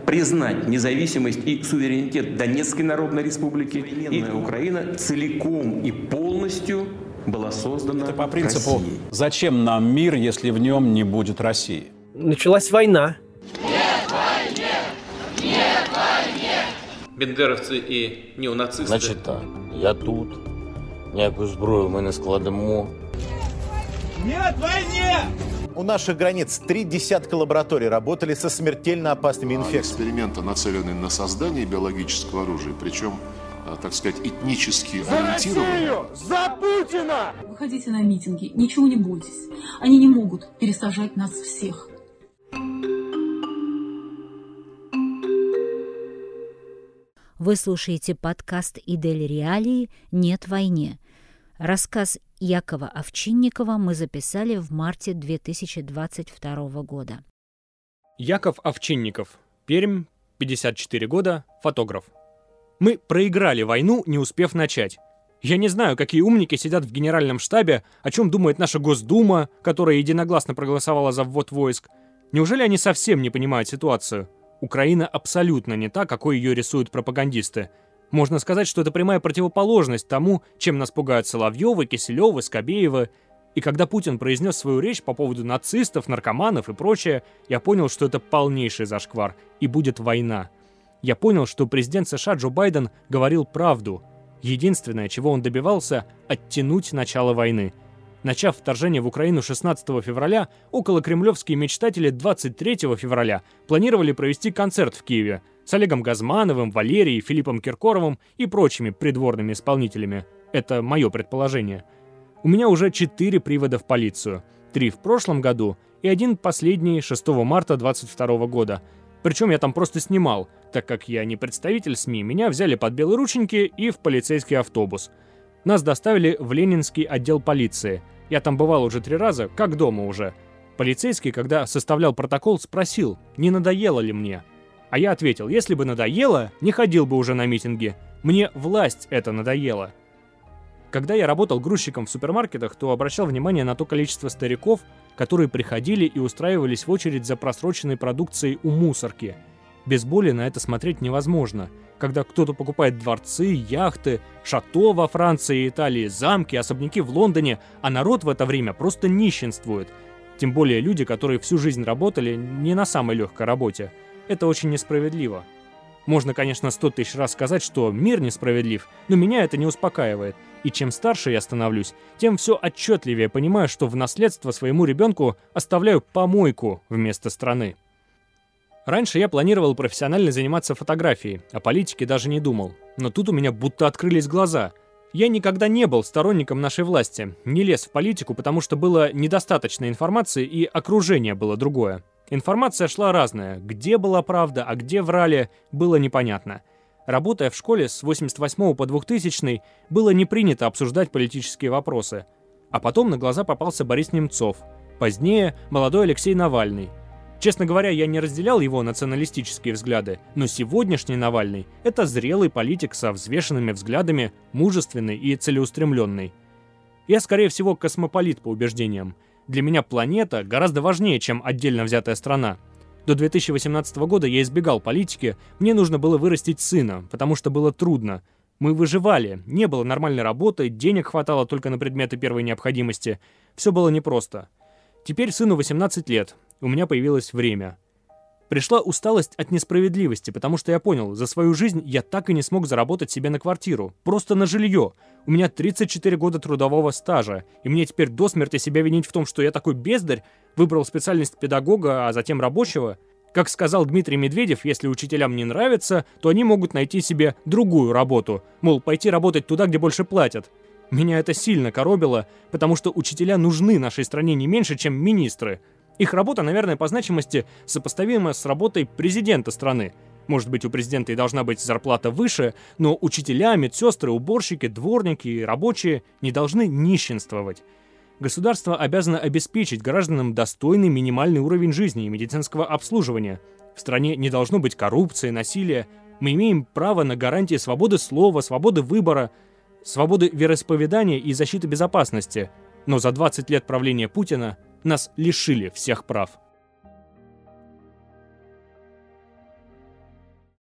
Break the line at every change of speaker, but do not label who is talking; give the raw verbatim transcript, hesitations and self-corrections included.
признать независимость и суверенитет Донецкой Народной Республики, и Украина целиком и полностью была создана
Это по принципу
Россией.
«Зачем нам мир, если в нем не будет России?»
Началась война.
Нет войне! Нет войне!
Бендеровці і неонацисти.
Значить так, я тут, ніяку зброю ми не складемо.
Нет войне!
У наших границ три десятка лабораторий работали со смертельно опасными инфекциями.
Эксперименты нацелены на создание биологического оружия, причем, так сказать, этнически ориентированные.
За Путина!
Выходите на митинги, ничего не бойтесь. Они не могут пересажать нас всех.
Вы слушаете подкаст «Идель Реалии. Нет войне». Рассказ Якова Овчинникова мы записали в марте две тысячи двадцать второго года.
Яков Овчинников, Пермь, пятьдесят четыре года, фотограф. Мы проиграли войну, не успев начать. Я не знаю, какие умники сидят в генеральном штабе, о чем думает наша Госдума, которая единогласно проголосовала за ввод войск. Неужели они совсем не понимают ситуацию? Украина абсолютно не та, какой ее рисуют пропагандисты. Можно сказать, что это прямая противоположность тому, чем нас пугают Соловьевы, Киселевы, Скобеевы. И когда Путин произнес свою речь по поводу нацистов, наркоманов и прочее, я понял, что это полнейший зашквар, и будет война. Я понял, что президент США Джо Байден говорил правду. Единственное, чего он добивался – оттянуть начало войны. Начав вторжение в Украину шестнадцатого февраля, околокремлевские мечтатели двадцать третьего февраля планировали провести концерт в Киеве с Олегом Газмановым, Валерией, Филиппом Киркоровым и прочими придворными исполнителями. Это мое предположение. У меня уже четыре привода в полицию. Три в прошлом году и один последний шестого марта двадцать второго года. Причем я там просто снимал, так как я не представитель СМИ, меня взяли под белые рученьки и в полицейский автобус. Нас доставили в Ленинский отдел полиции. Я там бывал уже три раза, как дома уже. Полицейский, когда составлял протокол, спросил, не надоело ли мне. А я ответил, если бы надоело, не ходил бы уже на митинги. Мне власть это надоела. Когда я работал грузчиком в супермаркетах, то обращал внимание на то количество стариков, которые приходили и устраивались в очередь за просроченной продукцией у мусорки. Без боли на это смотреть невозможно. Когда кто-то покупает дворцы, яхты, шато во Франции и Италии, замки, особняки в Лондоне, а народ в это время просто нищенствует. Тем более люди, которые всю жизнь работали не на самой легкой работе. Это очень несправедливо. Можно, конечно, сто тысяч раз сказать, что мир несправедлив, но меня это не успокаивает. И чем старше я становлюсь, тем все отчетливее понимаю, что в наследство своему ребенку оставляю помойку вместо страны. Раньше я планировал профессионально заниматься фотографией, о политике даже не думал. Но тут у меня будто открылись глаза. Я никогда не был сторонником нашей власти, не лез в политику, потому что было недостаточно информации и окружение было другое. Информация шла разная, где была правда, а где врали, было непонятно. Работая в школе с восемьдесят восьмого по двухтысячный, было не принято обсуждать политические вопросы. А потом на глаза попался Борис Немцов. Позднее молодой Алексей Навальный. Честно говоря, я не разделял его националистические взгляды, но сегодняшний Навальный – это зрелый политик со взвешенными взглядами, мужественный и целеустремленный. Я, скорее всего, космополит по убеждениям. Для меня планета гораздо важнее, чем отдельно взятая страна. До две тысячи восемнадцатого года я избегал политики, мне нужно было вырастить сына, потому что было трудно. Мы выживали, не было нормальной работы, денег хватало только на предметы первой необходимости. Все было непросто. Теперь сыну восемнадцать лет, у меня появилось время. Пришла усталость от несправедливости, потому что я понял, за свою жизнь я так и не смог заработать себе на квартиру, просто на жилье. У меня тридцать четыре года трудового стажа, и мне теперь до смерти себя винить в том, что я такой бездарь, выбрал специальность педагога, а затем рабочего. Как сказал Дмитрий Медведев, если учителям не нравится, то они могут найти себе другую работу, мол, пойти работать туда, где больше платят. Меня это сильно коробило, потому что учителя нужны нашей стране не меньше, чем министры. Их работа, наверное, по значимости сопоставима с работой президента страны. Может быть, у президента и должна быть зарплата выше, но учителя, медсестры, уборщики, дворники и рабочие не должны нищенствовать. Государство обязано обеспечить гражданам достойный минимальный уровень жизни и медицинского обслуживания. В стране не должно быть коррупции, насилия. Мы имеем право на гарантии свободы слова, свободы выбора, свободы вероисповедания и защиты безопасности. Но за двадцать лет правления Путина нас лишили всех прав.